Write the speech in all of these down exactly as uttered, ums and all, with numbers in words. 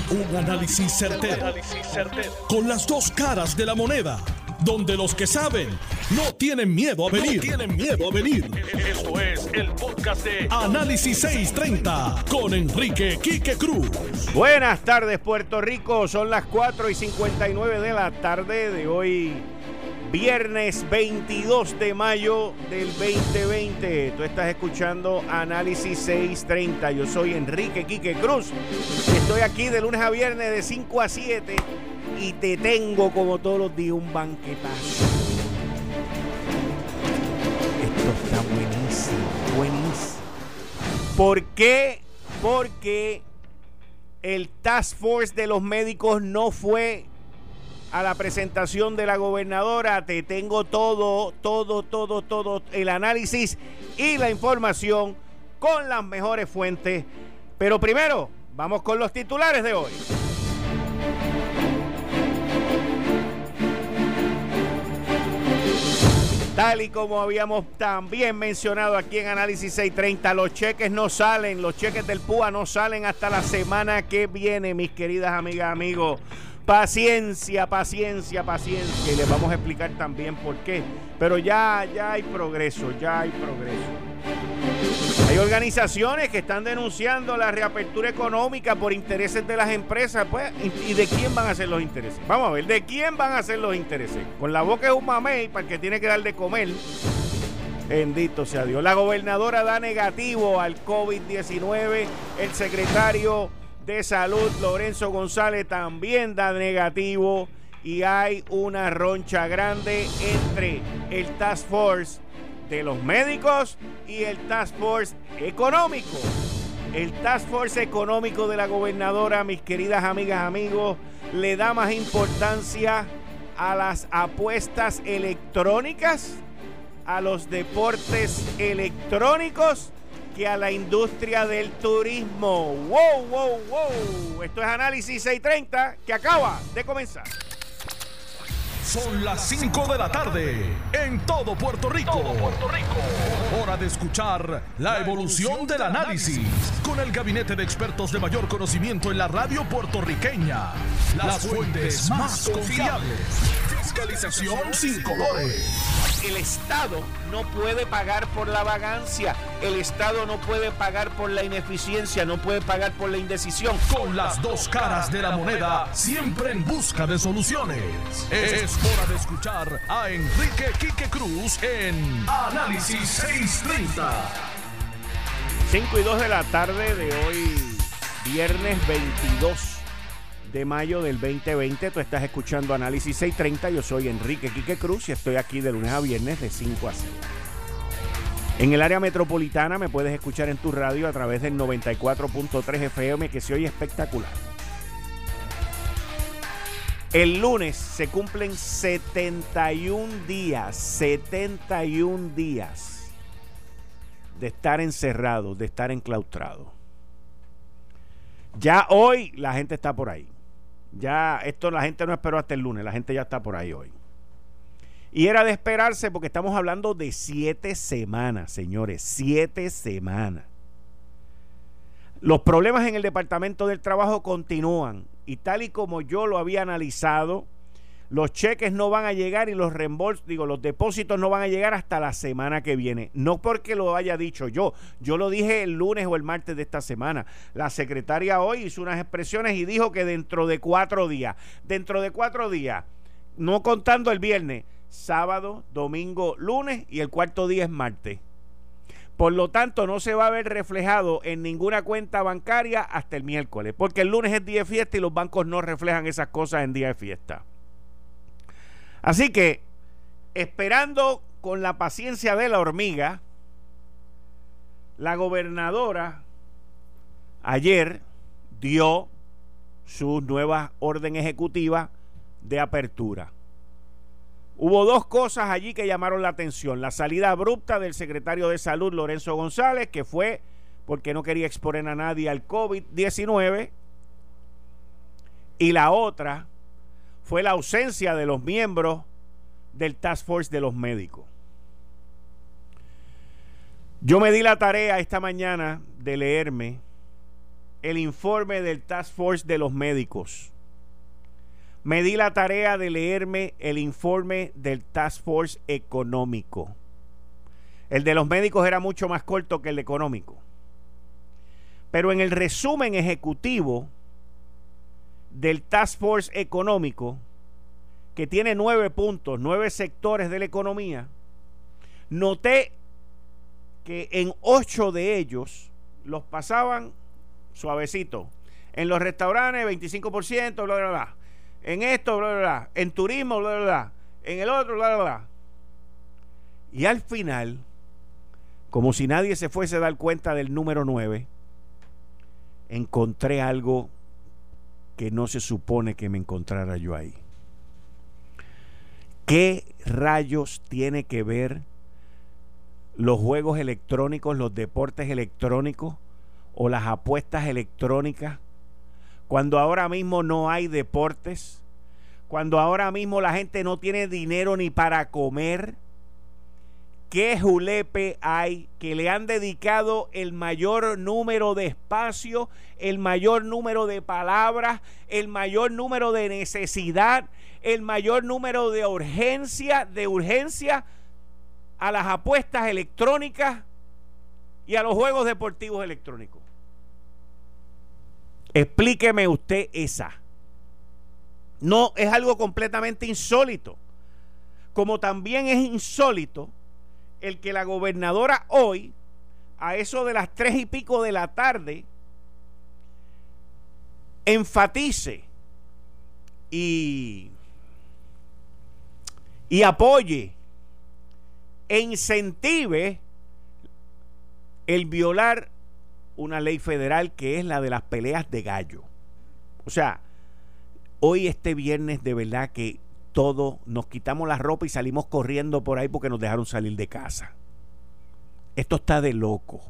Un análisis certero, con las dos caras de la moneda, donde los que saben no tienen miedo a venir. No tienen miedo a venir. Esto es el podcast de Análisis seiscientos treinta con Enrique Quique Cruz. Buenas tardes, Puerto Rico. Son las cuatro y cincuenta y nueve de la tarde de hoy, viernes veintidós de mayo del veinte veinte. Tú estás escuchando Análisis seiscientos treinta. Yo soy Enrique Quique Cruz. Estoy aquí de lunes a viernes de cinco a siete y te tengo como todos los días un banquetazo. Esto está buenísimo, buenísimo. ¿Por qué? Porque el Task Force de los médicos no fue a la presentación de la gobernadora. Te tengo todo, todo, todo, todo el análisis y la información con las mejores fuentes. Pero primero, vamos con los titulares de hoy. Tal y como habíamos también mencionado aquí en Análisis seiscientos treinta, los cheques no salen, los cheques del P U A no salen hasta la semana que viene, mis queridas amigas, amigos. Paciencia, paciencia, paciencia. Y les vamos a explicar también por qué. Pero ya, ya hay progreso, ya hay progreso. Hay organizaciones que están denunciando la reapertura económica por intereses de las empresas. Pues, ¿y de quién van a ser los intereses? Vamos a ver, ¿de quién van a ser los intereses? Con la boca es un mamey para el que tiene que dar de comer. Bendito sea Dios. La gobernadora da negativo al COVID diecinueve. El secretario de Salud, Lorenzo González, también da negativo. Y hay una roncha grande entre el Task Force de los médicos y el Task Force económico. El Task Force económico de la gobernadora, mis queridas amigas, amigos, le da más importancia a las apuestas electrónicas, a los deportes electrónicos, que a la industria del turismo. ¡Wow, wow, wow! Esto es Análisis seiscientos treinta, que acaba de comenzar. Son las cinco de la tarde en todo Puerto Rico. Todo Puerto Rico. Hora de escuchar la evolución del análisis con el gabinete de expertos de mayor conocimiento en la radio puertorriqueña. Las fuentes más confiables. Fiscalización sin colores. El Estado no puede pagar por la vagancia. El Estado no puede pagar por la ineficiencia. No puede pagar por la indecisión. Con las dos caras de la moneda, siempre en busca de soluciones. Es hora de escuchar a Enrique Quique Cruz en Análisis seiscientos treinta. cinco y dos de la tarde de hoy, viernes veintidós de mayo del veinte veinte. Tú estás escuchando Análisis seiscientos treinta. Yo soy Enrique Quique Cruz y estoy aquí de lunes a viernes de cinco a seis. En el área metropolitana me puedes escuchar en tu radio a través del noventa y cuatro punto tres F M, que se oye espectacular. El lunes se cumplen setenta y un días, setenta y un días de estar encerrado, de estar enclaustrado. Ya hoy la gente está por ahí. Ya esto la gente no esperó hasta el lunes, la gente ya está por ahí hoy. Y era de esperarse porque estamos hablando de siete semanas, señores, siete semanas. Los problemas en el Departamento del Trabajo continúan y tal y como yo lo había analizado, los cheques no van a llegar y los reembolsos, digo, los depósitos no van a llegar hasta la semana que viene. No porque lo haya dicho yo, yo lo dije el lunes o el martes de esta semana. La secretaria hoy hizo unas expresiones y dijo que dentro de cuatro días, dentro de cuatro días, no contando el viernes, sábado, domingo, lunes y el cuarto día es martes. Por lo tanto, no se va a ver reflejado en ninguna cuenta bancaria hasta el miércoles, porque el lunes es día de fiesta y los bancos no reflejan esas cosas en día de fiesta. Así que, esperando con la paciencia de la hormiga, la gobernadora ayer dio su nueva orden ejecutiva de apertura. Hubo dos cosas allí que llamaron la atención. La salida abrupta del secretario de Salud, Lorenzo González, que fue porque no quería exponer a nadie al COVID diecinueve. Y la otra fue la ausencia de los miembros del Task Force de los médicos. Yo me di la tarea esta mañana de leerme el informe del Task Force de los médicos. Me di la tarea de leerme el informe del Task Force económico. El de los médicos era mucho más corto que el económico. Pero en el resumen ejecutivo del Task Force económico, que tiene nueve puntos, nueve sectores de la economía, noté que en ocho de ellos los pasaban suavecito. En los restaurantes, veinticinco por ciento, bla, bla, bla. En esto, bla, bla, bla. En turismo, bla, bla, bla. En el otro, bla, bla, bla. Y al final, como si nadie se fuese a dar cuenta del número nueve, encontré algo que no se supone que me encontrara yo ahí. ¿Qué rayos tiene que ver los juegos electrónicos, los deportes electrónicos o las apuestas electrónicas cuando ahora mismo no hay deportes, cuando ahora mismo la gente no tiene dinero ni para comer? ¿Qué julepe hay que le han dedicado el mayor número de espacio, el mayor número de palabras, el mayor número de necesidad, el mayor número de urgencia, de urgencia a las apuestas electrónicas y a los juegos deportivos electrónicos? Explíqueme usted esa. No, es algo completamente insólito. Como también es insólito el que la gobernadora hoy, a eso de las tres y pico de la tarde, enfatice y, y apoye e incentive el violar una ley federal que es la de las peleas de gallo. O sea, hoy este viernes de verdad que todos nos quitamos la ropa y salimos corriendo por ahí porque nos dejaron salir de casa. Esto está de loco.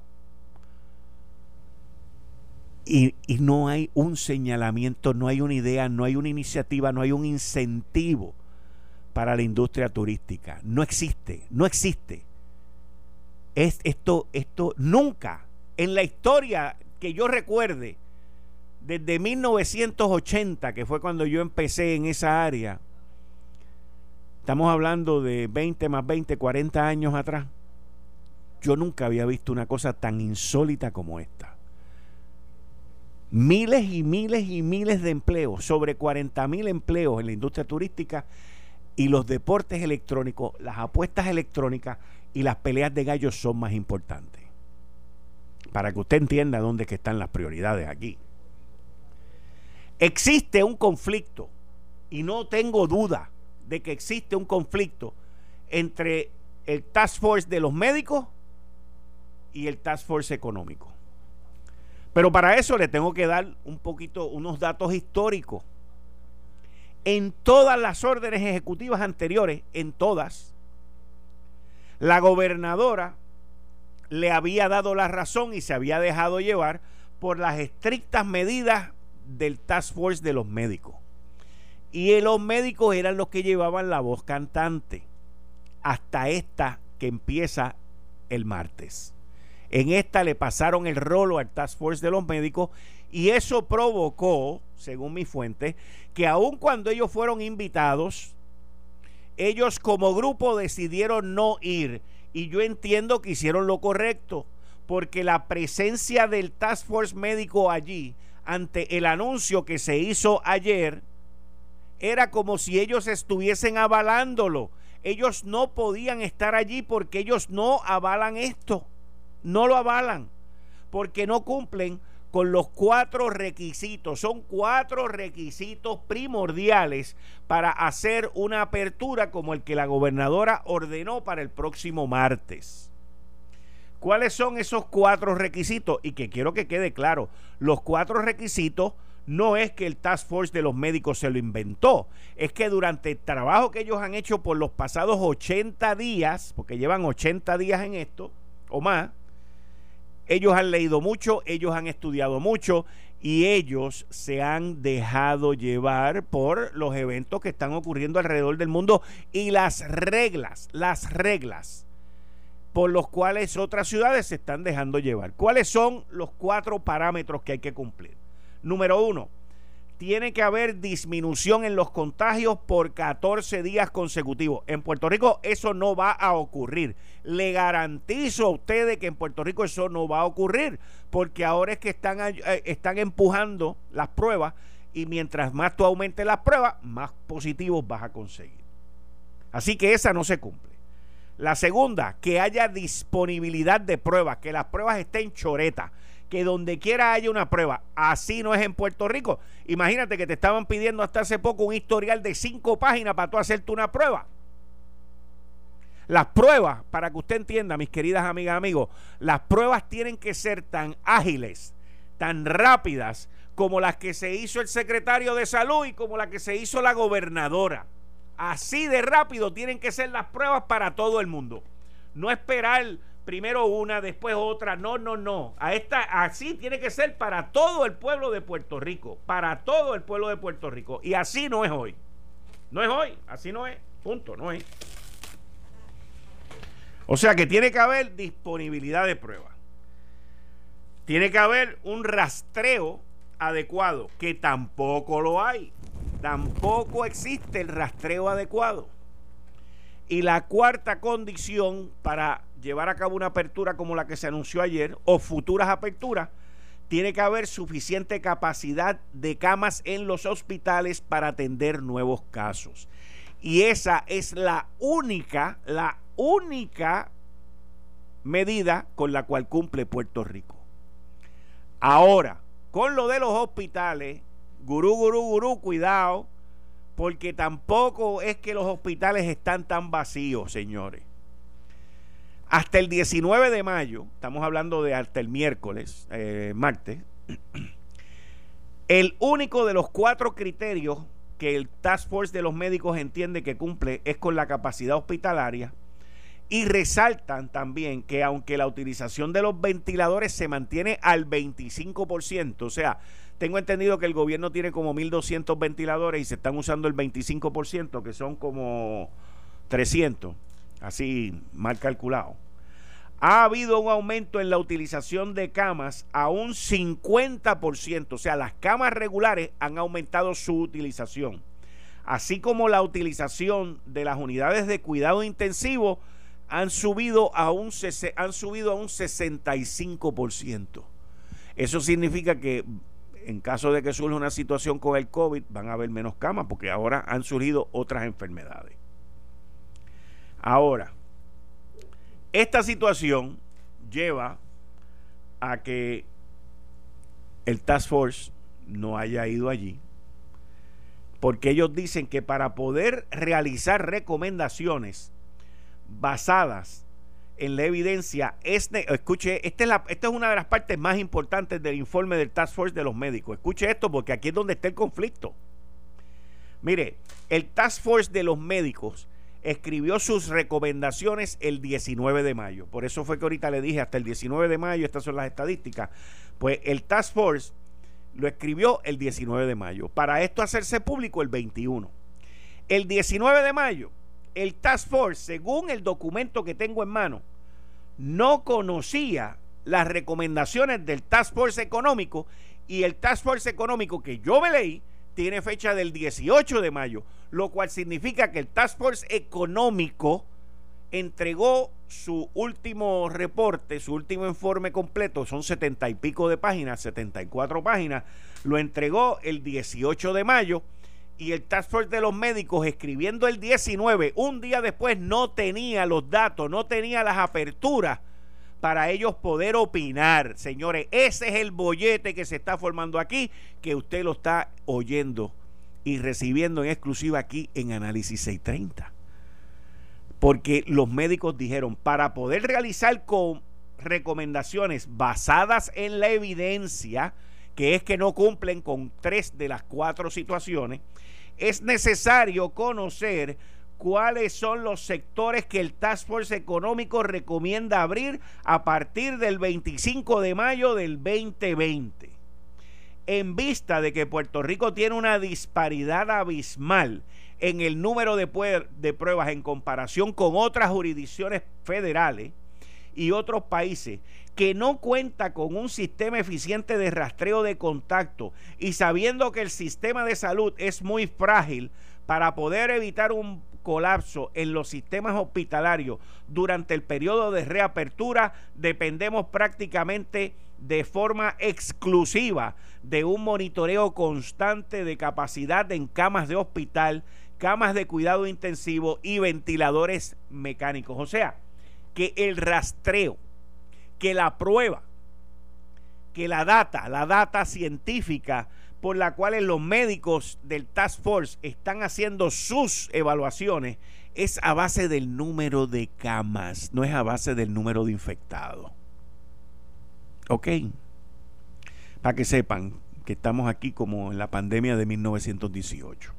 Y, y no hay un señalamiento, no hay una idea, no hay una iniciativa, no hay un incentivo para la industria turística. No existe, no existe. Es esto, esto nunca en la historia que yo recuerde, desde mil novecientos ochenta, que fue cuando yo empecé en esa área, estamos hablando de veinte más veinte, cuarenta años atrás, yo nunca había visto una cosa tan insólita como esta. Miles y miles y miles de empleos, sobre cuarenta mil empleos en la industria turística, y los deportes electrónicos, las apuestas electrónicas y las peleas de gallos son más importantes. Para que usted entienda dónde que están las prioridades aquí. Existe un conflicto, y no tengo duda de que existe un conflicto entre el Task Force de los médicos y el Task Force económico. Pero para eso le tengo que dar un poquito, unos datos históricos. En todas las órdenes ejecutivas anteriores, en todas, la gobernadora le había dado la razón y se había dejado llevar por las estrictas medidas del Task Force de los médicos. Y los médicos eran los que llevaban la voz cantante hasta esta que empieza el martes. En esta le pasaron el rolo al Task Force de los médicos y eso provocó, según mi fuente, que aun cuando ellos fueron invitados, ellos como grupo decidieron no ir. Y yo entiendo que hicieron lo correcto, porque la presencia del Task Force médico allí, ante el anuncio que se hizo ayer, era como si ellos estuviesen avalándolo. Ellos no podían estar allí porque ellos no avalan esto. No lo avalan, porque no cumplen con los cuatro requisitos. Son cuatro requisitos primordiales para hacer una apertura como el que la gobernadora ordenó para el próximo martes. ¿Cuáles son esos cuatro requisitos? Y que quiero que quede claro, los cuatro requisitos no es que el Task Force de los médicos se lo inventó, es que durante el trabajo que ellos han hecho por los pasados ochenta días, porque llevan ochenta días en esto o más, ellos han leído mucho, ellos han estudiado mucho y ellos se han dejado llevar por los eventos que están ocurriendo alrededor del mundo y las reglas, las reglas por los cuales otras ciudades se están dejando llevar. ¿Cuáles son los cuatro parámetros que hay que cumplir? Número uno, tiene que haber disminución en los contagios por catorce días consecutivos. En Puerto Rico eso no va a ocurrir. Le garantizo a ustedes que en Puerto Rico eso no va a ocurrir, porque ahora es que están, eh, están empujando las pruebas, y mientras más tú aumentes las pruebas, más positivos vas a conseguir. Así que esa no se cumple. La segunda, que haya disponibilidad de pruebas, que las pruebas estén choretas, que donde quiera haya una prueba. Así no es en Puerto Rico. Imagínate que te estaban pidiendo hasta hace poco un historial de cinco páginas para tú hacerte una prueba. Las pruebas, para que usted entienda, mis queridas amigas y amigos, las pruebas tienen que ser tan ágiles, tan rápidas, como las que se hizo el secretario de Salud y como la que se hizo la gobernadora. Así de rápido tienen que ser las pruebas para todo el mundo. No esperar primero una, después otra. No, no, no. A esta, así tiene que ser para todo el pueblo de Puerto Rico. Para todo el pueblo de Puerto Rico. Y así no es hoy. No es hoy. Así no es. Punto. No es. O sea que tiene que haber disponibilidad de pruebas. Tiene que haber un rastreo adecuado, que tampoco lo hay. Tampoco existe el rastreo adecuado. Y la cuarta condición para llevar a cabo una apertura como la que se anunció ayer, o futuras aperturas, tiene que haber suficiente capacidad de camas en los hospitales para atender nuevos casos. Y esa es la única, la única medida con la cual cumple Puerto Rico. Ahora, con lo de los hospitales, gurú, gurú, gurú, cuidado, porque tampoco es que los hospitales están tan vacíos, señores. Hasta el diecinueve de mayo, estamos hablando de hasta el miércoles, eh, martes, el único de los cuatro criterios que el Task Force de los médicos entiende que cumple es con la capacidad hospitalaria, y resaltan también que aunque la utilización de los ventiladores se mantiene al veinticinco por ciento, o sea, tengo entendido que el gobierno tiene como mil doscientos ventiladores y se están usando el veinticinco por ciento, que son como trescientos, así mal calculado. Ha habido un aumento en la utilización de camas a un cincuenta por ciento, o sea, las camas regulares han aumentado su utilización, así como la utilización de las unidades de cuidado intensivo han subido a un, han subido a un sesenta y cinco por ciento. Eso significa que en caso de que surja una situación con el COVID, van a haber menos camas, porque ahora han surgido otras enfermedades. Ahora, esta situación lleva a que el Task Force no haya ido allí, porque ellos dicen que para poder realizar recomendaciones basadas en la evidencia, este, escuche, esta es, la, esta es una de las partes más importantes del informe del Task Force de los médicos. Escuche esto, porque aquí es donde está el conflicto. Mire, el Task Force de los médicos escribió sus recomendaciones el diecinueve de mayo. Por eso fue que ahorita le dije hasta el diecinueve de mayo, estas son las estadísticas. Pues el Task Force lo escribió el diecinueve de mayo. Para esto hacerse público el veintiuno. El diecinueve de mayo, el Task Force, según el documento que tengo en mano, no conocía las recomendaciones del Task Force económico, y el Task Force económico que yo me leí tiene fecha del dieciocho de mayo, lo cual significa que el Task Force económico entregó su último reporte, su último informe completo, son setenta y pico de páginas, setenta y cuatro páginas, lo entregó el dieciocho de mayo, y el Task Force de los médicos, escribiendo el diecinueve, un día después, no tenía los datos, no tenía las aperturas para ellos poder opinar. Señores, ese es el bollete que se está formando aquí, que usted lo está oyendo y recibiendo en exclusiva aquí en Análisis seiscientos treinta. Porque los médicos dijeron, para poder realizar con recomendaciones basadas en la evidencia, que es que no cumplen con tres de las cuatro situaciones, es necesario conocer cuáles son los sectores que el Task Force económico recomienda abrir a partir del veinticinco de mayo del veinte veinte. En vista de que Puerto Rico tiene una disparidad abismal en el número de, de pruebas en comparación con otras jurisdicciones federales, y otros países, que no cuenta con un sistema eficiente de rastreo de contacto y sabiendo que el sistema de salud es muy frágil, para poder evitar un colapso en los sistemas hospitalarios durante el periodo de reapertura, dependemos prácticamente de forma exclusiva de un monitoreo constante de capacidad en camas de hospital, camas de cuidado intensivo y ventiladores mecánicos. O sea, que el rastreo, que la prueba, que la data, la data científica por la cual los médicos del Task Force están haciendo sus evaluaciones es a base del número de camas, no es a base del número de infectados. Ok, para que sepan que estamos aquí como en la pandemia de mil novecientos dieciocho.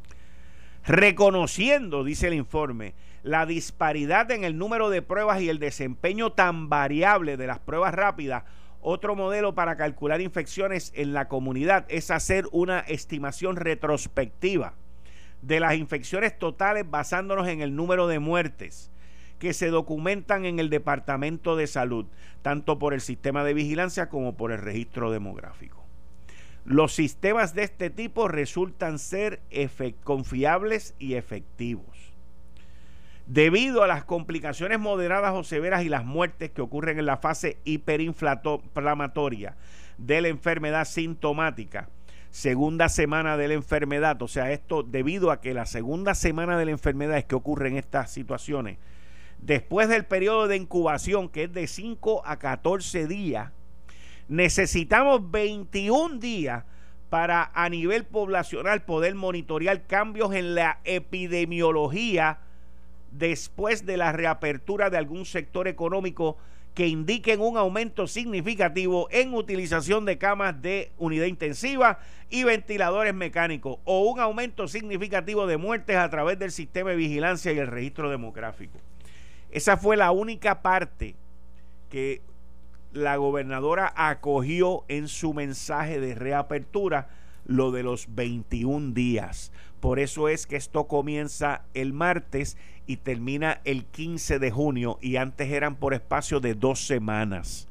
Reconociendo, dice el informe, la disparidad en el número de pruebas y el desempeño tan variable de las pruebas rápidas, otro modelo para calcular infecciones en la comunidad es hacer una estimación retrospectiva de las infecciones totales basándonos en el número de muertes que se documentan en el Departamento de Salud, tanto por el sistema de vigilancia como por el registro demográfico. Los sistemas de este tipo resultan ser confiables y efectivos. Debido a las complicaciones moderadas o severas y las muertes que ocurren en la fase hiperinflamatoria de la enfermedad sintomática, segunda semana de la enfermedad, o sea, esto debido a que la segunda semana de la enfermedad es que ocurren estas situaciones, después del periodo de incubación, que es de cinco a catorce días, necesitamos veintiún días para a nivel poblacional poder monitorear cambios en la epidemiología después de la reapertura de algún sector económico que indiquen un aumento significativo en utilización de camas de unidad intensiva y ventiladores mecánicos, o un aumento significativo de muertes a través del sistema de vigilancia y el registro demográfico. Esa fue la única parte que la gobernadora acogió en su mensaje de reapertura, lo de los veintiún días. Por eso es que esto comienza el martes y termina el quince de junio, y antes eran por espacio de dos semanas,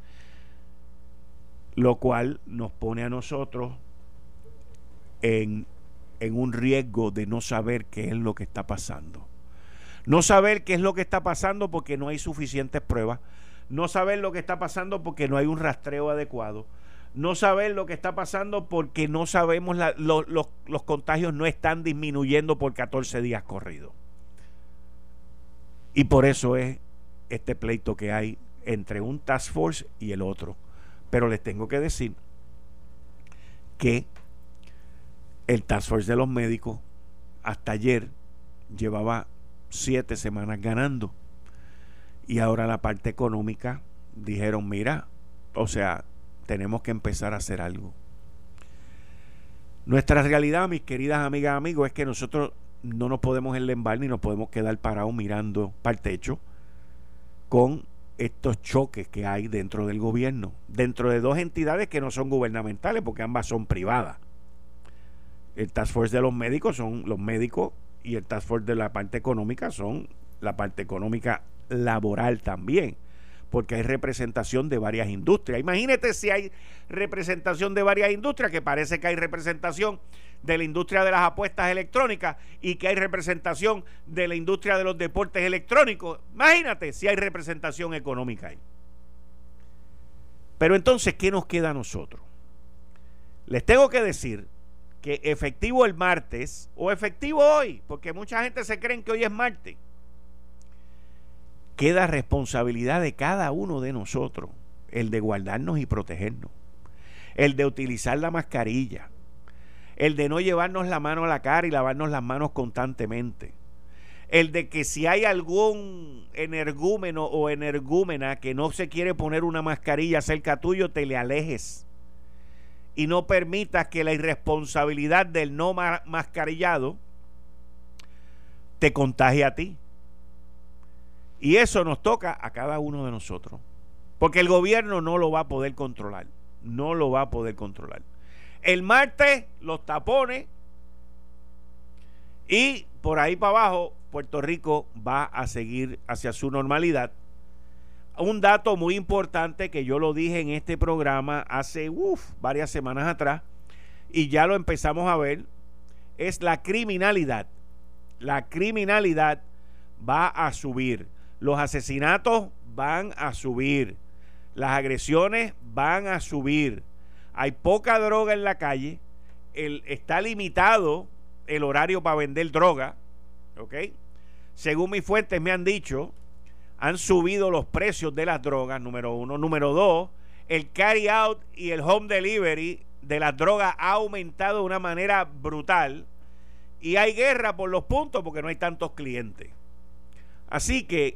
lo cual nos pone a nosotros en, en un riesgo de no saber qué es lo que está pasando. No saber qué es lo que está pasando porque no hay suficientes pruebas, no saber lo que está pasando porque no hay un rastreo adecuado, no saber lo que está pasando porque no sabemos, la, lo, lo, los contagios no están disminuyendo por catorce días corridos. Y por eso es este pleito que hay entre un Task Force y el otro. Pero les tengo que decir que el Task Force de los médicos hasta ayer llevaba siete semanas ganando, y ahora la parte económica dijeron, mira, o sea, tenemos que empezar a hacer algo. Nuestra realidad, mis queridas amigas, amigos, es que nosotros no nos podemos enlembar ni nos podemos quedar parados mirando para el techo con estos choques que hay dentro del gobierno, dentro de dos entidades que no son gubernamentales, porque ambas son privadas. El Task Force de los médicos son los médicos, y el Task Force de la parte económica son la parte económica laboral también, porque hay representación de varias industrias. Imagínate si hay representación de varias industrias, que parece que hay representación de la industria de las apuestas electrónicas y que hay representación de la industria de los deportes electrónicos. Imagínate si hay representación económica ahí. Pero entonces, ¿qué nos queda a nosotros? Les tengo que decir que efectivo el martes, o efectivo hoy, porque mucha gente se cree que hoy es martes, queda responsabilidad de cada uno de nosotros el de guardarnos y protegernos, el de utilizar la mascarilla, el de no llevarnos la mano a la cara y lavarnos las manos constantemente, el de que si hay algún energúmeno o energúmena que no se quiere poner una mascarilla cerca tuyo, te le alejes y no permitas que la irresponsabilidad del no mascarillado te contagie a ti. Y eso nos toca a cada uno de nosotros, porque el gobierno no lo va a poder controlar, no lo va a poder controlar. El martes los tapones, y por ahí para abajo Puerto Rico va a seguir hacia su normalidad, un dato muy importante que yo lo dije en este programa hace uf, varias semanas atrás y ya lo empezamos a ver, es la criminalidad. La criminalidad va a subir. Los asesinatos van a subir. Las agresiones van a subir. Hay poca droga en la calle. El, está limitado el horario para vender droga. ¿Ok? Según mis fuentes me han dicho, han subido los precios de las drogas, número uno. Número dos, el carry out y el home delivery de las drogas ha aumentado de una manera brutal. Y hay guerra por los puntos porque no hay tantos clientes. Así que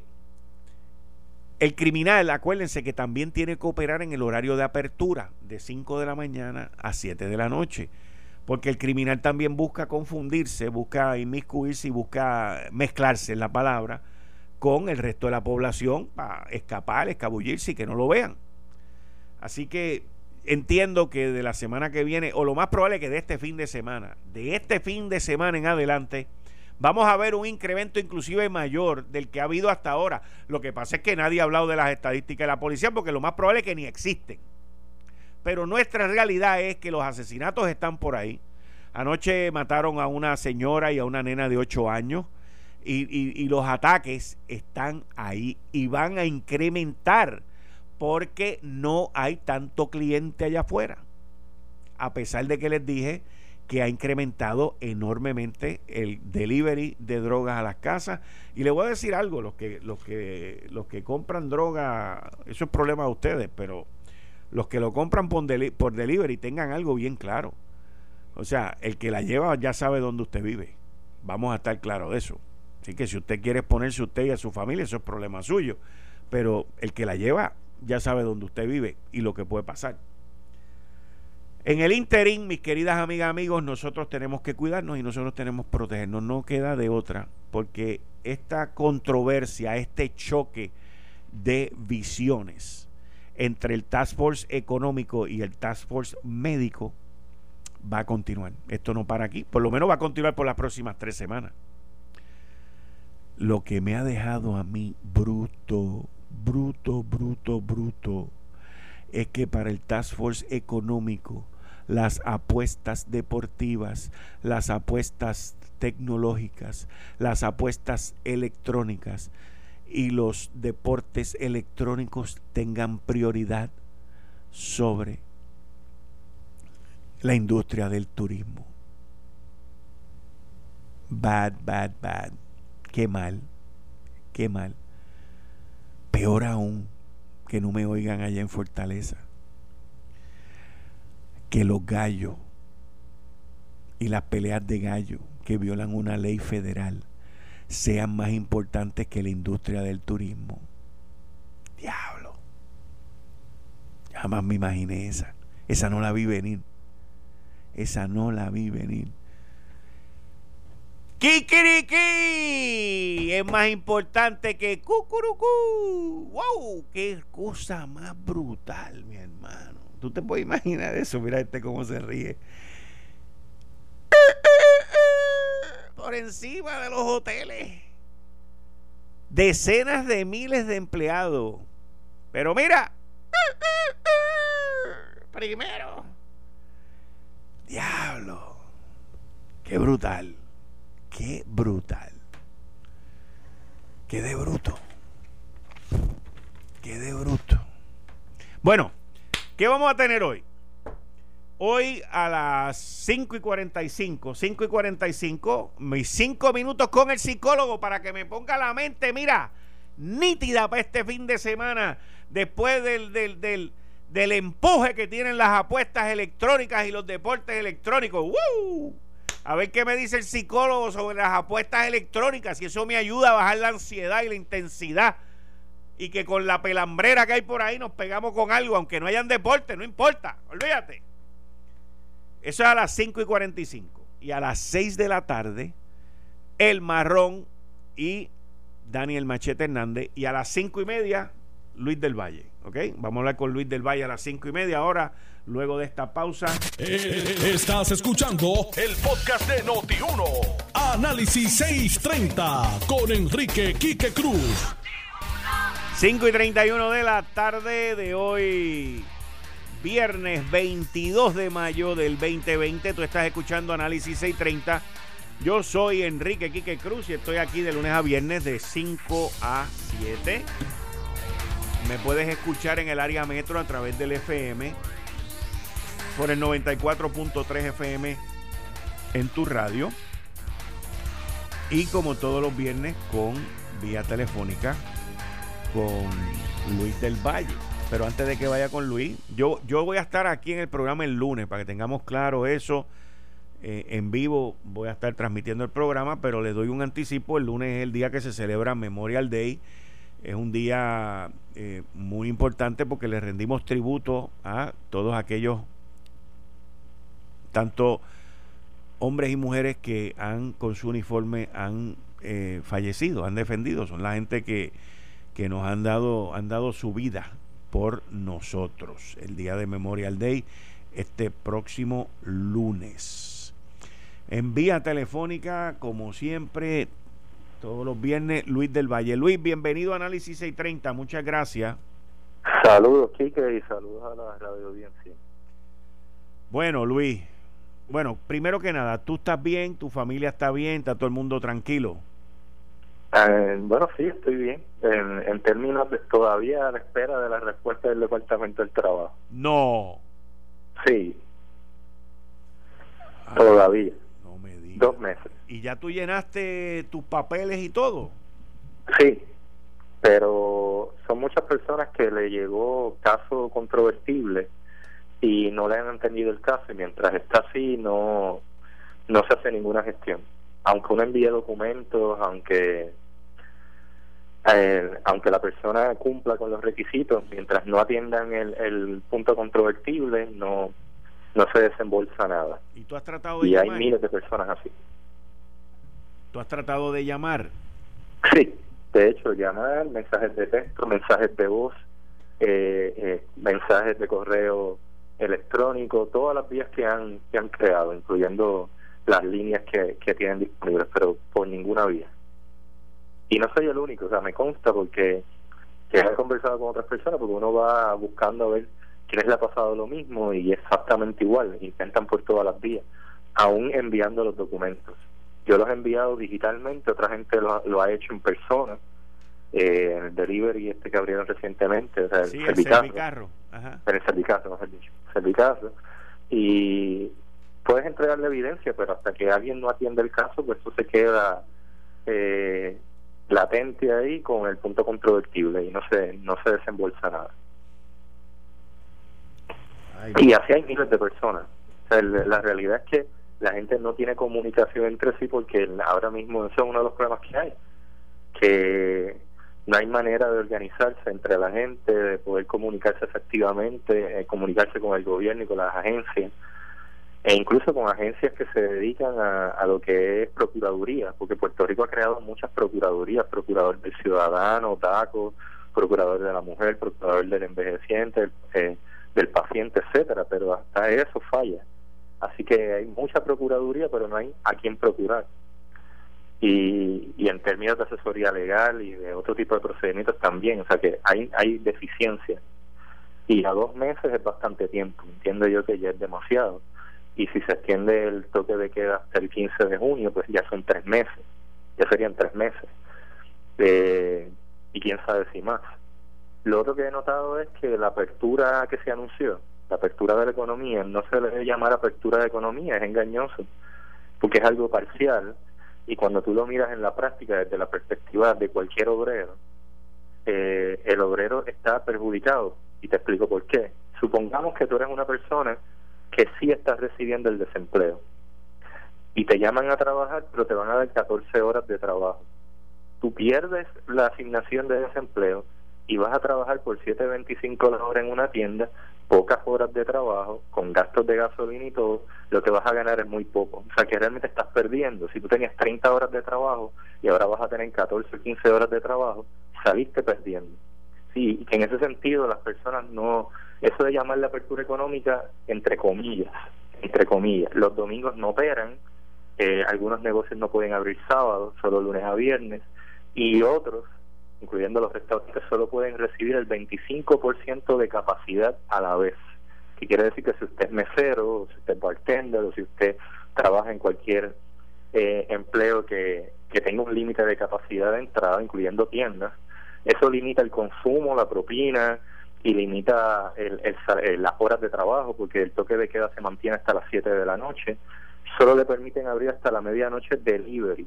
el criminal, acuérdense que también tiene que operar en el horario de apertura, de cinco de la mañana a siete de la noche. Porque el criminal también busca confundirse, busca inmiscuirse y busca mezclarse en la palabra con el resto de la población para escapar, escabullirse y que no lo vean. Así que entiendo que de la semana que viene, o lo más probable es que de este fin de semana, de este fin de semana en adelante, vamos a ver un incremento inclusive mayor del que ha habido hasta ahora. Lo que pasa es que nadie ha hablado de las estadísticas de la policía porque lo más probable es que ni existen. Pero nuestra realidad es que los asesinatos están por ahí. Anoche mataron a una señora y a una nena de ocho años y, y, y los ataques están ahí y van a incrementar porque no hay tanto cliente allá afuera, a pesar de que les dije que ha incrementado enormemente el delivery de drogas a las casas. Y les voy a decir algo, los que los que los que compran droga, eso es problema de ustedes, pero los que lo compran por, deli- por delivery tengan algo bien claro. O sea, el que la lleva ya sabe dónde usted vive. Vamos a estar claros de eso. Así que si usted quiere exponerse usted y a su familia, eso es problema suyo, pero el que la lleva ya sabe dónde usted vive y lo que puede pasar. En el interín, mis queridas amigas, amigos, nosotros tenemos que cuidarnos y nosotros tenemos que protegernos. No queda de otra, porque esta controversia, este choque de visiones entre el Task Force económico y el Task Force médico va a continuar. Esto no para aquí, por lo menos va a continuar por las próximas tres semanas. Lo que me ha dejado a mí bruto, bruto, bruto, bruto, es que para el Task Force económico, las apuestas deportivas, las apuestas tecnológicas, las apuestas electrónicas y los deportes electrónicos tengan prioridad sobre la industria del turismo. Bad, bad, bad. Qué mal, qué mal. Peor aún, que no me oigan allá en Fortaleza, que los gallos y las peleas de gallo que violan una ley federal sean más importantes que la industria del turismo. Diablo, jamás me imaginé esa. Esa no la vi venir. Esa no la vi venir. ¡Kikiriki! Es más importante que cucurucú. ¡Wow! ¡Qué cosa más brutal, mi hermano! ¿Tú te puedes imaginar eso? Mira este cómo se ríe. Por encima de los hoteles. Decenas de miles de empleados. Pero mira. Primero. Diablo. Qué brutal. Qué brutal. Qué de bruto. Qué de bruto. Bueno, ¿qué vamos a tener hoy? Hoy a las cinco y cuarenta y cinco, cinco y cuarenta y cinco, mis cinco minutos con el psicólogo para que me ponga la mente, mira, nítida para este fin de semana, después del, del, del, del empuje que tienen las apuestas electrónicas y los deportes electrónicos. ¡Woo! A ver qué me dice el psicólogo sobre las apuestas electrónicas, si eso me ayuda a bajar la ansiedad y la intensidad, y que con la pelambrera que hay por ahí nos pegamos con algo, aunque no hayan deporte, no importa, olvídate. Eso es a las cinco y cuarenta y cinco. Y a las seis de la tarde, El Marrón y Daniel Machete Hernández. Y a las cinco y media, Luis del Valle. ¿Ok? Vamos a hablar con Luis del Valle a las cinco y media. Ahora, luego de esta pausa. Eh, estás escuchando el podcast de Noti uno. Análisis seiscientos treinta con Enrique Quique Cruz. cinco y treinta y uno de la tarde de hoy, viernes veintidós de mayo del veinte veinte. Tú estás escuchando Análisis seiscientos treinta. Yo soy Enrique Quique Cruz y estoy aquí de lunes a viernes de cinco a siete. Me puedes escuchar en el área metro a través del F M por el noventa y cuatro punto tres F M en tu radio, y como todos los viernes con vía telefónica con Luis del Valle. Pero antes de que vaya con Luis, yo, yo voy a estar aquí en el programa el lunes para que tengamos claro eso. Eh, en vivo voy a estar transmitiendo el programa, pero le doy un anticipo. El lunes es el día que se celebra Memorial Day. Es un día eh, muy importante porque le rendimos tributo a todos aquellos, tanto hombres y mujeres que han con su uniforme han eh, fallecido, han defendido. Son la gente que, que nos han dado, han dado su vida por nosotros. El día de Memorial Day, este próximo lunes. En vía telefónica, como siempre, todos los viernes, Luis del Valle. Luis, bienvenido a Análisis seiscientos treinta. Muchas gracias. Saludos, Quique, y saludos a la radio audiencia. Bueno, Luis, bueno, primero que nada, ¿tú estás bien? ¿Tu familia está bien? ¿Está todo el mundo tranquilo? Eh, bueno, sí, estoy bien. En, en términos de todavía a la espera de la respuesta del Departamento del Trabajo. No. Sí. Ay, todavía. No me digas. Dos meses. ¿Y ya tú llenaste tus papeles y todo? Sí, pero son muchas personas que le llegó caso controvertible y no le han entendido el caso, y mientras está así no no se hace ninguna gestión, aunque uno envíe documentos, aunque eh, aunque la persona cumpla con los requisitos, mientras no atiendan el, el punto controvertible no no se desembolsa nada. ¿Y tú has tratado de y llamar? Hay miles de personas así. ¿Tú has tratado de llamar? Sí, de hecho, llamar, mensajes de texto, mensajes de voz, eh, eh, mensajes de correo electrónico, todas las vías que han que han creado, incluyendo las líneas que, que tienen disponibles, pero por ninguna vía. Y no soy el único, o sea, me consta porque que he conversado con otras personas, porque uno va buscando a ver quiénes le ha pasado lo mismo y exactamente igual, intentan por todas las vías, aún enviando los documentos. Yo los he enviado digitalmente, otra gente lo, lo ha hecho en persona, eh, en el delivery este que abrieron recientemente, o sea, Sí, el el Servicarro. Ajá. en el Servicarro, mejor dicho, Servicarro, y puedes entregarle evidencia, pero hasta que alguien no atiende el caso, pues eso se queda eh, latente ahí con el punto controvertible y no se no se desembolsa nada. Ay, y así hay miles de personas. O sea, el, la realidad es que la gente no tiene comunicación entre sí, porque ahora mismo eso es uno de los problemas que hay, que no hay manera de organizarse entre la gente, de poder comunicarse efectivamente, eh, comunicarse con el gobierno y con las agencias, e incluso con agencias que se dedican a, a lo que es procuraduría, porque Puerto Rico ha creado muchas procuradurías: procurador del ciudadano, T A C O, procurador de la mujer, procurador del envejeciente, eh, del paciente, etcétera, pero hasta eso falla. Así que hay mucha procuraduría, pero no hay a quién procurar. Y, y en términos de asesoría legal y de otro tipo de procedimientos también, o sea que hay hay deficiencias, y a dos meses es bastante tiempo, entiendo yo que ya es demasiado, y si se extiende el toque de queda hasta el quince de junio, pues ya son tres meses, ya serían tres meses, eh, y quién sabe si más. Lo otro que he notado es que la apertura que se anunció, la apertura de la economía, no se le debe llamar apertura de economía, es engañoso, porque es algo parcial. Y cuando tú lo miras en la práctica desde la perspectiva de cualquier obrero, eh, el obrero está perjudicado. Y te explico por qué. Supongamos que tú eres una persona que sí estás recibiendo el desempleo y te llaman a trabajar, pero te van a dar catorce horas de trabajo. Tú pierdes la asignación de desempleo y vas a trabajar por siete veinticinco la hora en una tienda, pocas horas de trabajo, con gastos de gasolina y todo, lo que vas a ganar es muy poco. O sea que realmente estás perdiendo. Si tú tenías treinta horas de trabajo y ahora vas a tener catorce o quince horas de trabajo, saliste perdiendo. Sí, y que en ese sentido las personas no... Eso de llamar la apertura económica, entre comillas, entre comillas, los domingos no operan, eh, algunos negocios no pueden abrir sábados, solo lunes a viernes, y otros incluyendo los restaurantes, solo pueden recibir el veinticinco por ciento de capacidad a la vez. Que quiere decir que si usted es mesero, o si usted es bartender, o si usted trabaja en cualquier eh, empleo que, que tenga un límite de capacidad de entrada, incluyendo tiendas, eso limita el consumo, la propina, y limita el, el, el, las horas de trabajo, porque el toque de queda se mantiene hasta las siete de la noche. Solo le permiten abrir hasta la medianoche delivery,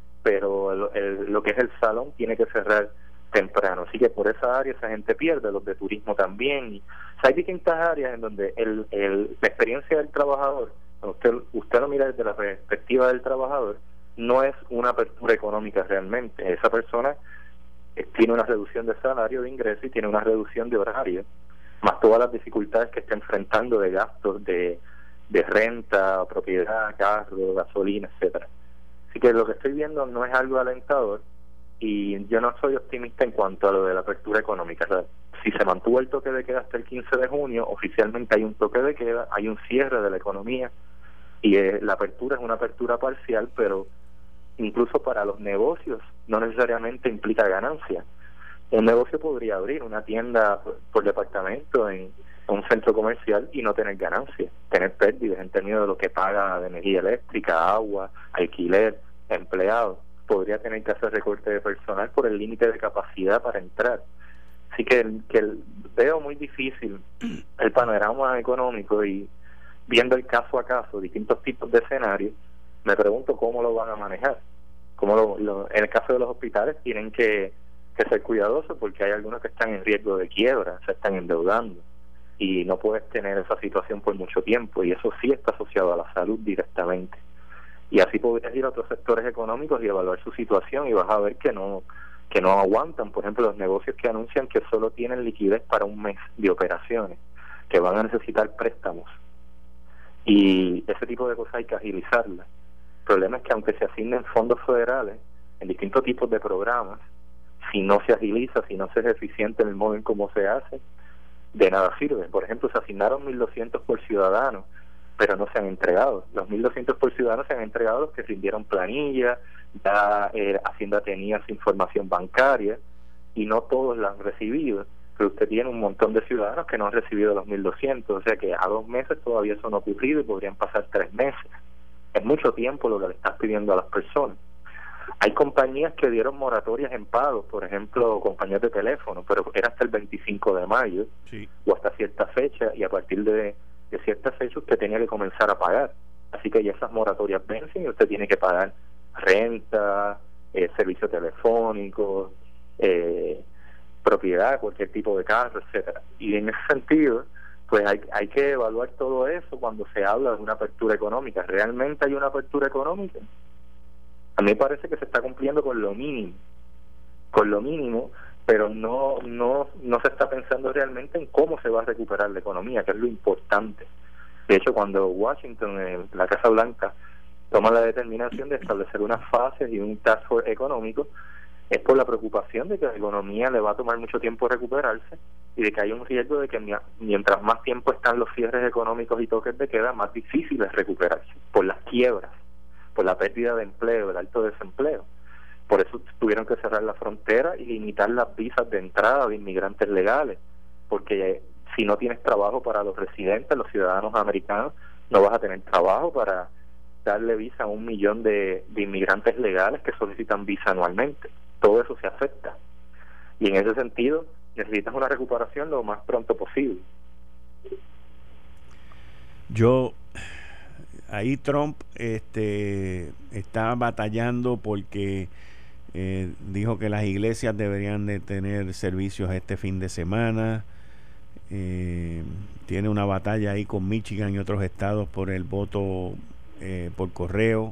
pero el, el, lo que es el salón tiene que cerrar temprano. Así que por esa área esa gente pierde, los de turismo también. Y, o sea, hay distintas áreas en donde el, el, la experiencia del trabajador, usted, usted lo mira desde la perspectiva del trabajador, no es una apertura económica realmente. Esa persona tiene una reducción de salario, de ingreso, y tiene una reducción de horario, más todas las dificultades que está enfrentando de gastos de, de renta, propiedad, carro, gasolina, etcétera. Así que lo que estoy viendo no es algo alentador, y yo no soy optimista en cuanto a lo de la apertura económica. O sea, si se mantuvo el toque de queda hasta el quince de junio, oficialmente hay un toque de queda, hay un cierre de la economía, y eh, la apertura es una apertura parcial, pero incluso para los negocios no necesariamente implica ganancia. Un negocio podría abrir una tienda por, por departamento en, en un centro comercial y no tener ganancia, tener pérdidas en términos de lo que paga de energía eléctrica, agua, alquiler, empleados. Podría tener que hacer recorte de personal por el límite de capacidad para entrar. Así que, que veo muy difícil el panorama económico, y viendo el caso a caso, distintos tipos de escenarios, me pregunto cómo lo van a manejar. Cómo lo, lo, en el caso de los hospitales tienen que, que ser cuidadosos, porque hay algunos que están en riesgo de quiebra, se están endeudando, y no puedes tener esa situación por mucho tiempo, y eso sí está asociado a la salud directamente. Y así podrías ir a otros sectores económicos y evaluar su situación, y vas a ver que no que no aguantan. Por ejemplo, los negocios que anuncian que solo tienen liquidez para un mes de operaciones, que van a necesitar préstamos, y ese tipo de cosas hay que agilizarlas. El problema es que aunque se asignen fondos federales en distintos tipos de programas, si no se agiliza, si no se es eficiente en el modo en cómo se hace, de nada sirve. Por ejemplo, se asignaron mil doscientos por ciudadano, pero no se han entregado. Los mil doscientos por ciudadano se han entregado los que rindieron planilla, ya eh, Hacienda tenía su información bancaria, y no todos la han recibido. Pero usted tiene un montón de ciudadanos que no han recibido los mil doscientos, o sea que a dos meses todavía eso no ha ocurrido, y podrían pasar tres meses. Es mucho tiempo lo que le estás pidiendo a las personas. Hay compañías que dieron moratorias en pagos, por ejemplo, compañías de teléfono, pero era hasta el veinticinco de mayo, sí, o hasta cierta fecha, y a partir de, de cierta fecha usted tenía que comenzar a pagar. Así que ya esas moratorias vencen y usted tiene que pagar renta, eh, servicio telefónico, eh, propiedad, cualquier tipo de carro, etcétera. Y en ese sentido, pues hay, hay que evaluar todo eso cuando se habla de una apertura económica. ¿Realmente hay una apertura económica? A mí me parece que se está cumpliendo con lo mínimo, con lo mínimo, pero no no no se está pensando realmente en cómo se va a recuperar la economía, que es lo importante. De hecho, cuando Washington, en la Casa Blanca, toma la determinación de establecer unas fases y un task force económico, es por la preocupación de que la economía le va a tomar mucho tiempo recuperarse, y de que hay un riesgo de que mientras más tiempo están los cierres económicos y toques de queda, más difícil es recuperarse, por las quiebras, por la pérdida de empleo, el alto desempleo. Por eso tuvieron que cerrar la frontera y limitar las visas de entrada de inmigrantes legales, porque si no tienes trabajo para los residentes, los ciudadanos americanos, no vas a tener trabajo para darle visa a un millón de, de inmigrantes legales que solicitan visa anualmente. Todo eso se afecta, y en ese sentido necesitas una recuperación lo más pronto posible. Yo ahí Trump este está batallando porque eh, dijo que las iglesias deberían de tener servicios este fin de semana. Eh, tiene una batalla ahí con Michigan y otros estados por el voto eh, por correo,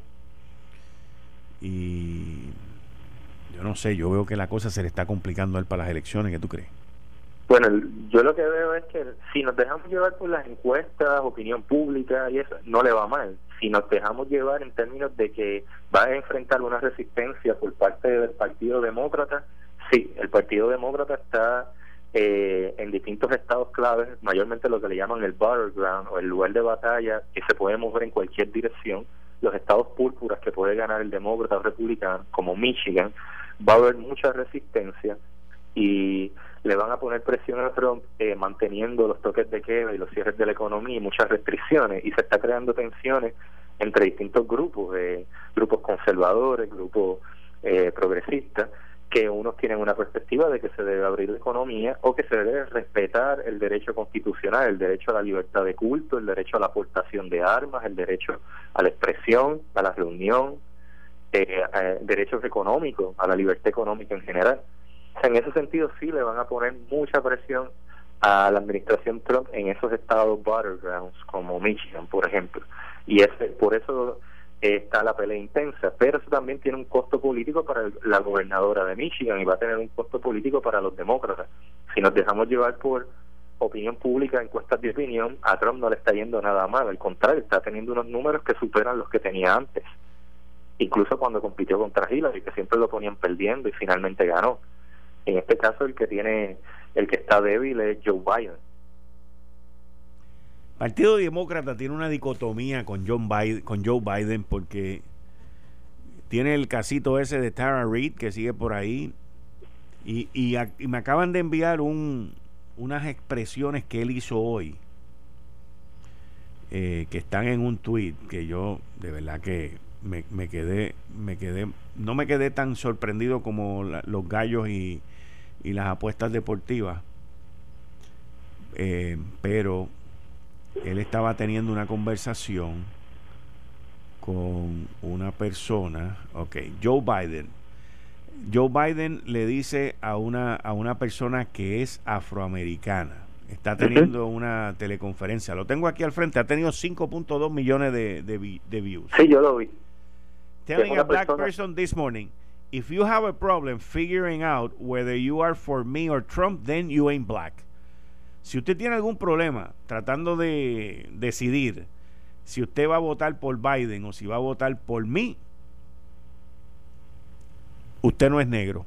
y yo no sé, yo veo que la cosa se le está complicando a él para las elecciones. ¿Qué tú crees? Bueno, yo lo que veo es que si nos dejamos llevar por las encuestas, opinión pública y eso, no le va mal. Si nos dejamos llevar en términos de que va a enfrentar una resistencia por parte del Partido Demócrata, sí, el Partido Demócrata está eh, en distintos estados claves, mayormente lo que le llaman el battleground, o el lugar de batalla, que se puede mover en cualquier dirección, los estados púrpuras que puede ganar el demócrata o republicano, como Michigan, va a haber mucha resistencia y le van a poner presión a Trump eh, manteniendo los toques de queda y los cierres de la economía y muchas restricciones, y se está creando tensiones entre distintos grupos, eh, grupos conservadores, grupos eh, progresistas, que unos tienen una perspectiva de que se debe abrir la economía o que se debe respetar el derecho constitucional, el derecho a la libertad de culto, el derecho a la aportación de armas, el derecho a la expresión, a la reunión, eh, eh, derechos económicos, a la libertad económica en general. O sea, en ese sentido sí le van a poner mucha presión a la administración Trump en esos estados battlegrounds como Michigan, por ejemplo, y ese, por eso está la pelea intensa, pero eso también tiene un costo político para el, la gobernadora de Michigan, y va a tener un costo político para los demócratas. Si nos dejamos llevar por opinión pública, encuestas de opinión, a Trump no le está yendo nada mal, al contrario, está teniendo unos números que superan los que tenía antes, incluso cuando compitió contra Hillary, que siempre lo ponían perdiendo y finalmente ganó. En este caso el que tiene, el que está débil es Joe Biden. Partido Demócrata tiene una dicotomía con John Biden, con Joe Biden, porque tiene el casito ese de Tara Reid que sigue por ahí, y, y, y me acaban de enviar un, unas expresiones que él hizo hoy, eh, que están en un tweet que yo de verdad que me, me quedé, me quedé, no me quedé tan sorprendido como la, los gallos y, y las apuestas deportivas, eh, pero él estaba teniendo una conversación con una persona. Ok, Joe Biden. Joe Biden le dice a una, a una persona que es afroamericana. Está teniendo uh-huh. una teleconferencia. Lo tengo aquí al frente. Ha tenido cinco punto dos millones de, de, de views. Sí, yo lo vi. Telling a black persona. person this morning, if you have a problem figuring out whether you are for me or Trump, then you ain't black. Si usted tiene algún problema tratando de decidir si usted va a votar por Biden o si va a votar por mí, usted no es negro.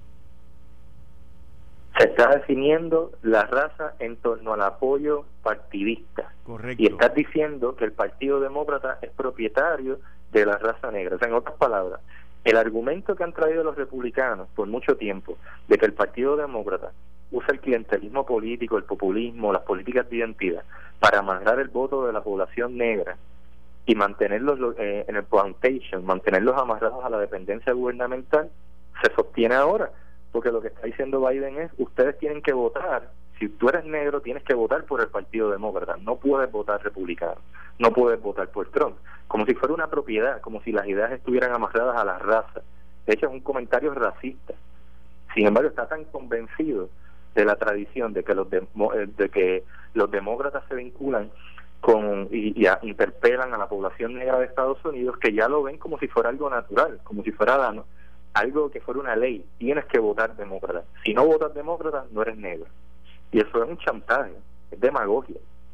Se está definiendo la raza en torno al apoyo partidista. Correcto. Y estás diciendo que el Partido Demócrata es propietario de la raza negra. O sea, en otras palabras, el argumento que han traído los republicanos por mucho tiempo de que el Partido Demócrata usa el clientelismo político, el populismo, las políticas de identidad para amarrar el voto de la población negra y mantenerlos eh, en el plantation, mantenerlos amarrados a la dependencia gubernamental, se sostiene ahora, porque lo que está diciendo Biden es: ustedes tienen que votar, si tú eres negro tienes que votar por el Partido Demócrata, no puedes votar republicano, no puedes votar por Trump, como si fuera una propiedad, como si las ideas estuvieran amarradas a la raza. De hecho, es un comentario racista. Sin embargo, está tan convencido de la tradición de que los de, de que los demócratas se vinculan con y, y a, interpelan a la población negra de Estados Unidos, que ya lo ven como si fuera algo natural, como si fuera ¿no? algo que fuera una ley. Tienes que votar demócrata, si no votas demócrata no eres negro, y eso es un chantaje, es demagogia.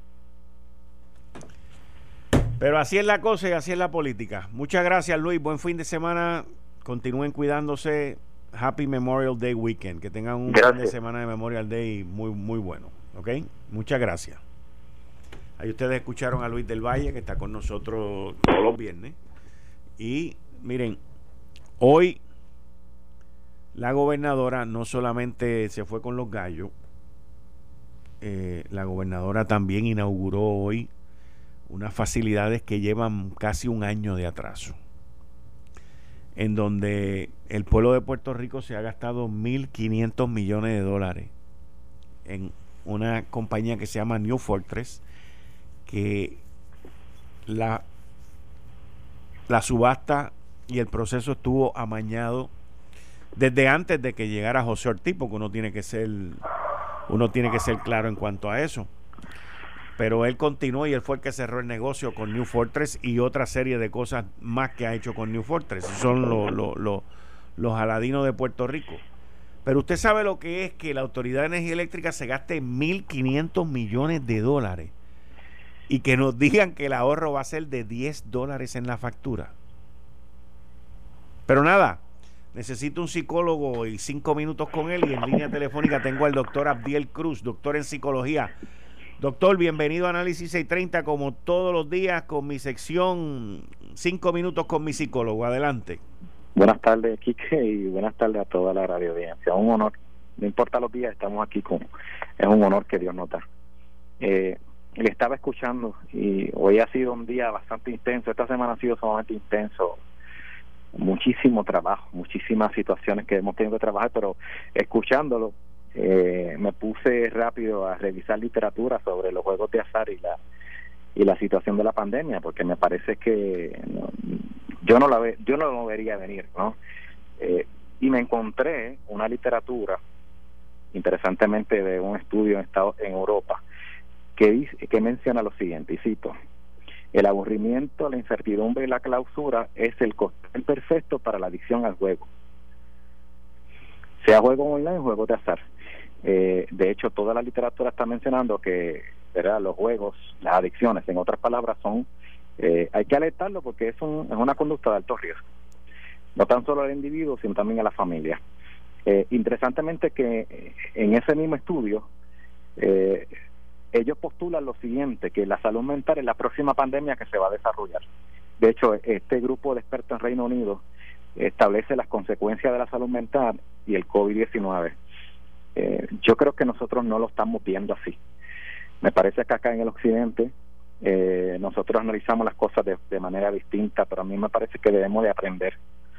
Pero así es la cosa y así es la política. Muchas gracias, Luis, buen fin de semana, continúen cuidándose. Happy Memorial Day Weekend, que tengan un gracias. fin de semana de Memorial Day muy muy bueno, ¿ok? Muchas gracias. Ahí ustedes escucharon a Luis del Valle, que está con nosotros todos los viernes. Y miren, hoy la gobernadora no solamente se fue con los gallos, eh, la gobernadora también inauguró hoy unas facilidades que llevan casi un año de atraso, en donde el pueblo de Puerto Rico se ha gastado mil quinientos millones de dólares en una compañía que se llama New Fortress, que la, la subasta y el proceso estuvo amañado desde antes de que llegara José Ortiz, porque uno tiene que ser uno tiene que ser claro en cuanto a eso. Pero él continuó y él fue el que cerró el negocio con New Fortress y otra serie de cosas más que ha hecho con New Fortress. Son lo, lo, lo, los aladinos de Puerto Rico. Pero usted sabe lo que es que la Autoridad de Energía Eléctrica se gaste mil quinientos millones de dólares y que nos digan que el ahorro va a ser de diez dólares en la factura. Pero nada, necesito un psicólogo y cinco minutos con él, y en línea telefónica tengo al doctor Abdiel Cruz, doctor en psicología. Doctor, bienvenido a Análisis seiscientos treinta, como todos los días, con mi sección Cinco Minutos con mi Psicólogo. Adelante. Buenas tardes, Quique, y buenas tardes a toda la radio audiencia. Un honor, no importa los días, estamos aquí con, es un honor que Dios nos da. Eh, le estaba escuchando y hoy ha sido un día bastante intenso, esta semana ha sido sumamente intenso, muchísimo trabajo, muchísimas situaciones que hemos tenido que trabajar, pero escuchándolo eh, me puse rápido a revisar literatura sobre los juegos de azar y la y la situación de la pandemia, porque me parece que no, yo no la ve, yo no lo vería venir, ¿no? Eh, y me encontré una literatura, interesantemente, de un estudio en Estado, en Europa, que dice, que menciona lo siguiente, y cito: el aburrimiento, la incertidumbre y la clausura es el cóctel perfecto para la adicción al juego, sea juego online o juego de azar. Eh, de hecho, toda la literatura está mencionando que, ¿verdad?, los juegos, las adicciones, en otras palabras, son eh, hay que alertarlo porque es, un, es una conducta de alto riesgo, no tan solo al individuo, sino también a la familia. Eh, interesantemente que en ese mismo estudio eh, ellos postulan lo siguiente, que la salud mental es la próxima pandemia que se va a desarrollar. De hecho, este grupo de expertos en Reino Unido establece las consecuencias de la salud mental y el COVID diecinueve. Eh, yo creo que nosotros no lo estamos viendo así. Me parece que acá en el occidente eh, nosotros analizamos las cosas de, de manera distinta, pero a mí me parece que debemos de aprender.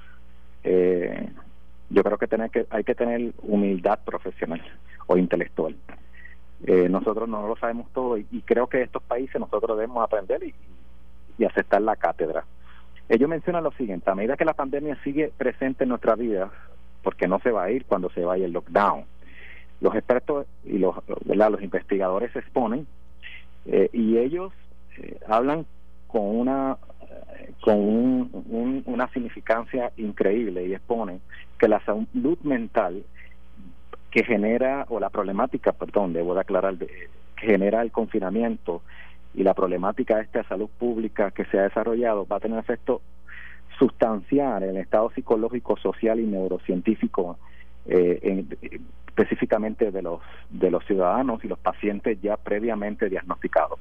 Eh, yo creo que, tener que hay que tener humildad profesional o intelectual. Eh, nosotros no lo sabemos todo y, y creo que estos países nosotros debemos aprender y, y aceptar la cátedra. Ellos mencionan lo siguiente: a medida que la pandemia sigue presente en nuestra vida, porque no se va a ir cuando se vaya el lockdown, los expertos y los, ¿verdad?, los investigadores se exponen eh, y ellos eh, hablan con una eh, con un, un, una significancia increíble y exponen que la salud mental que genera, o la problemática, perdón, debo de aclarar, de, que genera el confinamiento y la problemática esta de salud pública que se ha desarrollado va a tener efecto sustancial en el estado psicológico, social y neurocientífico eh, en, específicamente de los de los ciudadanos y los pacientes ya previamente diagnosticados.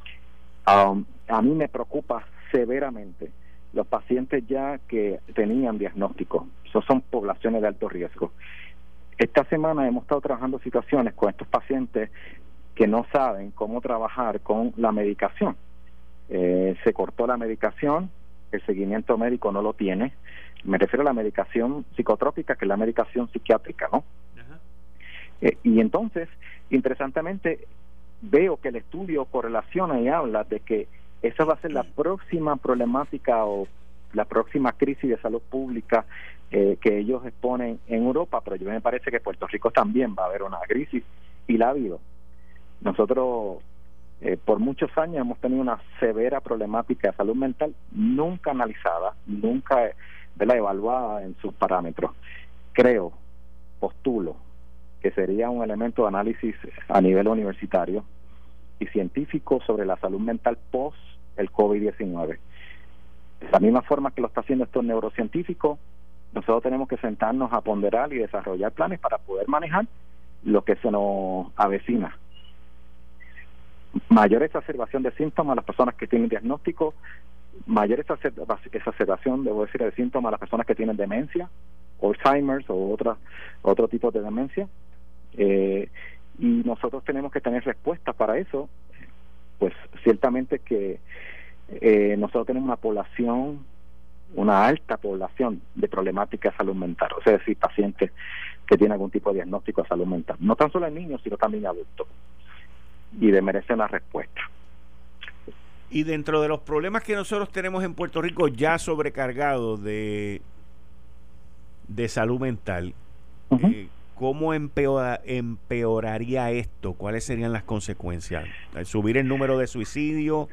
Um, a mí me preocupa severamente los pacientes ya que tenían diagnóstico. Esos son poblaciones de alto riesgo. Esta semana hemos estado trabajando situaciones con estos pacientes que no saben cómo trabajar con la medicación. Eh, se cortó la medicación, el seguimiento médico no lo tiene. Me refiero a la medicación psicotrópica, que es la medicación psiquiátrica, ¿no? Uh-huh. Eh, y entonces, interesantemente, veo que el estudio correlaciona y habla de que esa va a ser la próxima problemática o la próxima crisis de salud pública eh, que ellos exponen en Europa, pero yo me parece que Puerto Rico también va a haber una crisis, y la ha habido. Nosotros eh, por muchos años hemos tenido una severa problemática de salud mental, nunca analizada, nunca, ¿verdad?, evaluada en sus parámetros. Creo, postulo, que sería un elemento de análisis a nivel universitario y científico sobre la salud mental post el COVID diecinueve. De la misma forma que lo está haciendo estos neurocientíficos, nosotros tenemos que sentarnos a ponderar y desarrollar planes para poder manejar lo que se nos avecina. Mayor exacerbación de síntomas a las personas que tienen diagnóstico, mayor exacerbación, debo decir, de síntomas a las personas que tienen demencia, Alzheimer's o otra, otro tipo de demencia. Eh, y nosotros tenemos que tener respuestas para eso. Pues ciertamente que eh, nosotros tenemos una población, una alta población de problemática de salud mental, o sea, es decir, pacientes que tienen algún tipo de diagnóstico de salud mental, no tan solo en niños, sino también en adultos, y de merecen una respuesta. Y dentro de los problemas que nosotros tenemos en Puerto Rico ya sobrecargados de, de salud mental, uh-huh. eh, ¿cómo empeora, empeoraría esto? ¿Cuáles serían las consecuencias? ¿Subir el número de suicidios?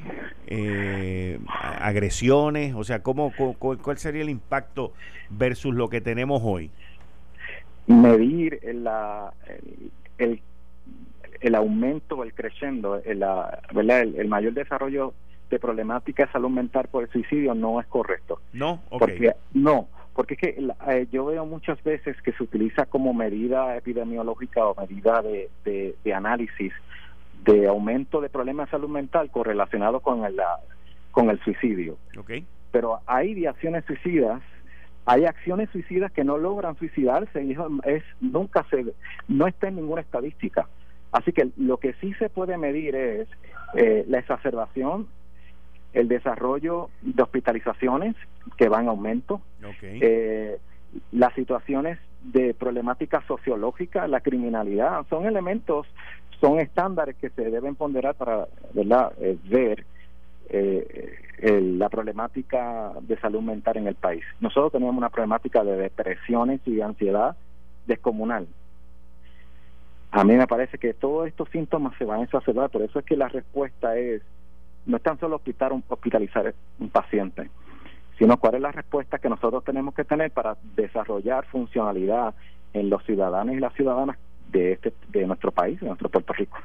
Eh, agresiones, o sea, ¿cómo, cuál, ¿cuál sería el impacto versus lo que tenemos hoy? Medir la, el, el, el aumento, el creciendo, el, la, ¿verdad? El, el mayor desarrollo de problemática de salud mental por el suicidio no es correcto. No, okay. Porque, no, porque es que eh, yo veo muchas veces que se utiliza como medida epidemiológica o medida de, de, de análisis de aumento de problemas de salud mental correlacionados con el, la, con el suicidio. Okay. Pero hay de acciones suicidas, hay acciones suicidas que no logran suicidarse y eso es, nunca se, no está en ninguna estadística. Así que lo que sí se puede medir es eh, la exacerbación, el desarrollo de hospitalizaciones que van en aumento, okay. eh, las situaciones de problemática sociológica, la criminalidad, son elementos, son estándares que se deben ponderar para, ¿verdad?, eh, ver eh, el, la problemática de salud mental en el país. Nosotros tenemos una problemática de depresiones y de ansiedad descomunal. A mí me parece que todos estos síntomas se van a exacerbar, por eso es que la respuesta es, no es tan solo hospital, hospitalizar un paciente, sino cuál es la respuesta que nosotros tenemos que tener para desarrollar funcionalidad en los ciudadanos y las ciudadanas de este de nuestro país, de nuestro Puerto Rico.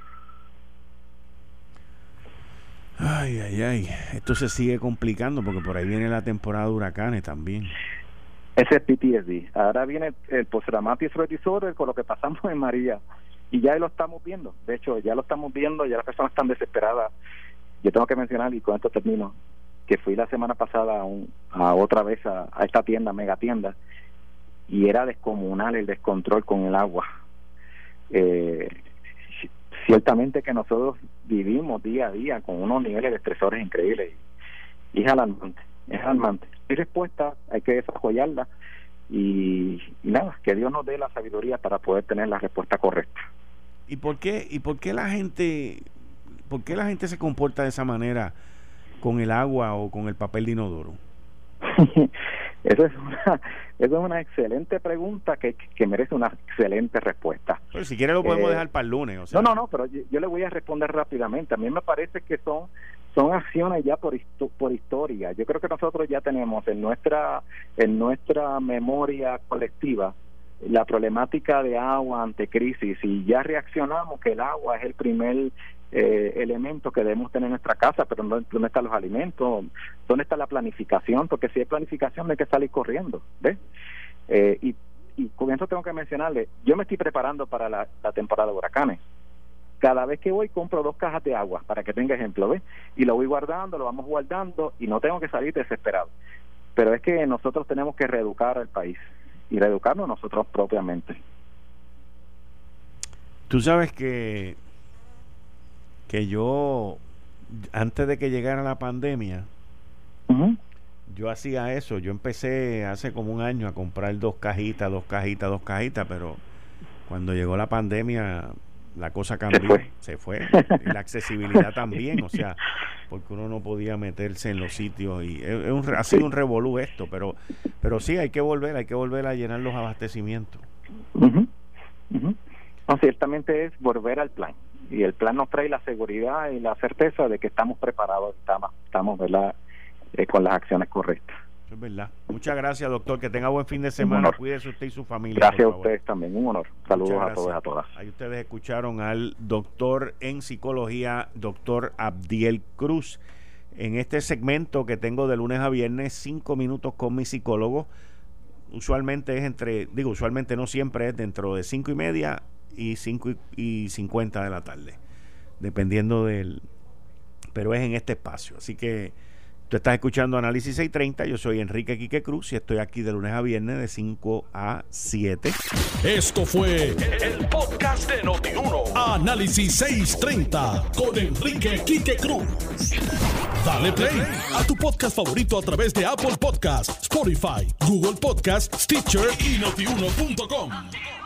Ay, ay, ay, esto se sigue complicando porque por ahí viene la temporada de huracanes también. Ese es P T S D. Ahora viene el post-traumatic stress disorder con lo que pasamos en María, y ya lo estamos viendo. De hecho, ya lo estamos viendo, ya las personas están desesperadas. Yo tengo que mencionar, y con esto termino, que fui la semana pasada a, un, a otra vez a, a esta tienda, mega tienda, y era descomunal el descontrol con el agua. Eh, ciertamente que nosotros vivimos día a día con unos niveles de estresores increíbles, y, y es alarmante, es alarmante. Y respuesta hay que desarrollarla, y, y nada, que Dios nos dé la sabiduría para poder tener la respuesta correcta. ¿Y por qué, y por qué la gente, por qué la gente se comporta de esa manera con el agua o con el papel de inodoro? Esa es una, esa es una excelente pregunta que, que merece una excelente respuesta. Pero si quiere lo podemos eh, dejar para el lunes. O sea. No, no, no, pero yo, yo le voy a responder rápidamente. A mí me parece que son son acciones ya por histo, por historia. Yo creo que nosotros ya tenemos en nuestra en nuestra memoria colectiva la problemática de agua ante crisis, y ya reaccionamos que el agua es el primer eh, elemento que debemos tener en nuestra casa. Pero ¿dónde, dónde están los alimentos? ¿Dónde está la planificación? Porque si hay planificación hay que salir corriendo, ¿ves? Eh, y, y con eso tengo que mencionarle, yo me estoy preparando para la, la temporada de huracanes. Cada vez que voy compro dos cajas de agua, para que tenga ejemplo, ¿ves? Y lo voy guardando, lo vamos guardando, y no tengo que salir desesperado. Pero es que nosotros tenemos que reeducar al país y reeducarnos nosotros propiamente. Tú sabes que que yo, antes de que llegara la pandemia, uh-huh. yo hacía eso. Yo empecé hace como un año a comprar dos cajitas, dos cajitas, dos cajitas, pero cuando llegó la pandemia la cosa cambió, se fue, se fue. Y la accesibilidad también, o sea, porque uno no podía meterse en los sitios, y es, es un, ha sido un revolú esto, pero pero sí hay que volver, hay que volver a llenar los abastecimientos. Uh-huh. Uh-huh. No, ciertamente es volver al plan, y el plan nos trae la seguridad y la certeza de que estamos preparados, estamos, estamos ¿verdad? Eh, con las acciones correctas. Es verdad. Muchas gracias, doctor. Que tenga buen fin de semana. Cuídese usted y su familia. Gracias a ustedes también. Un honor. Saludos a todos y a todas. Ahí ustedes escucharon al doctor en psicología, doctor Abdiel Cruz, en este segmento que tengo de lunes a viernes, cinco minutos con mi psicólogo. Usualmente es entre, digo, usualmente no siempre es dentro de cinco y media y cinco y cincuenta de la tarde, dependiendo del, pero es en este espacio. Así que tú estás escuchando Análisis seiscientos treinta, yo soy Enrique Quique Cruz y estoy aquí de lunes a viernes de cinco a siete. Esto fue el podcast de Noti uno. Análisis seiscientos treinta con Enrique Quique Cruz. Dale play a tu podcast favorito a través de Apple Podcasts, Spotify, Google Podcasts, Stitcher y notiuno punto com.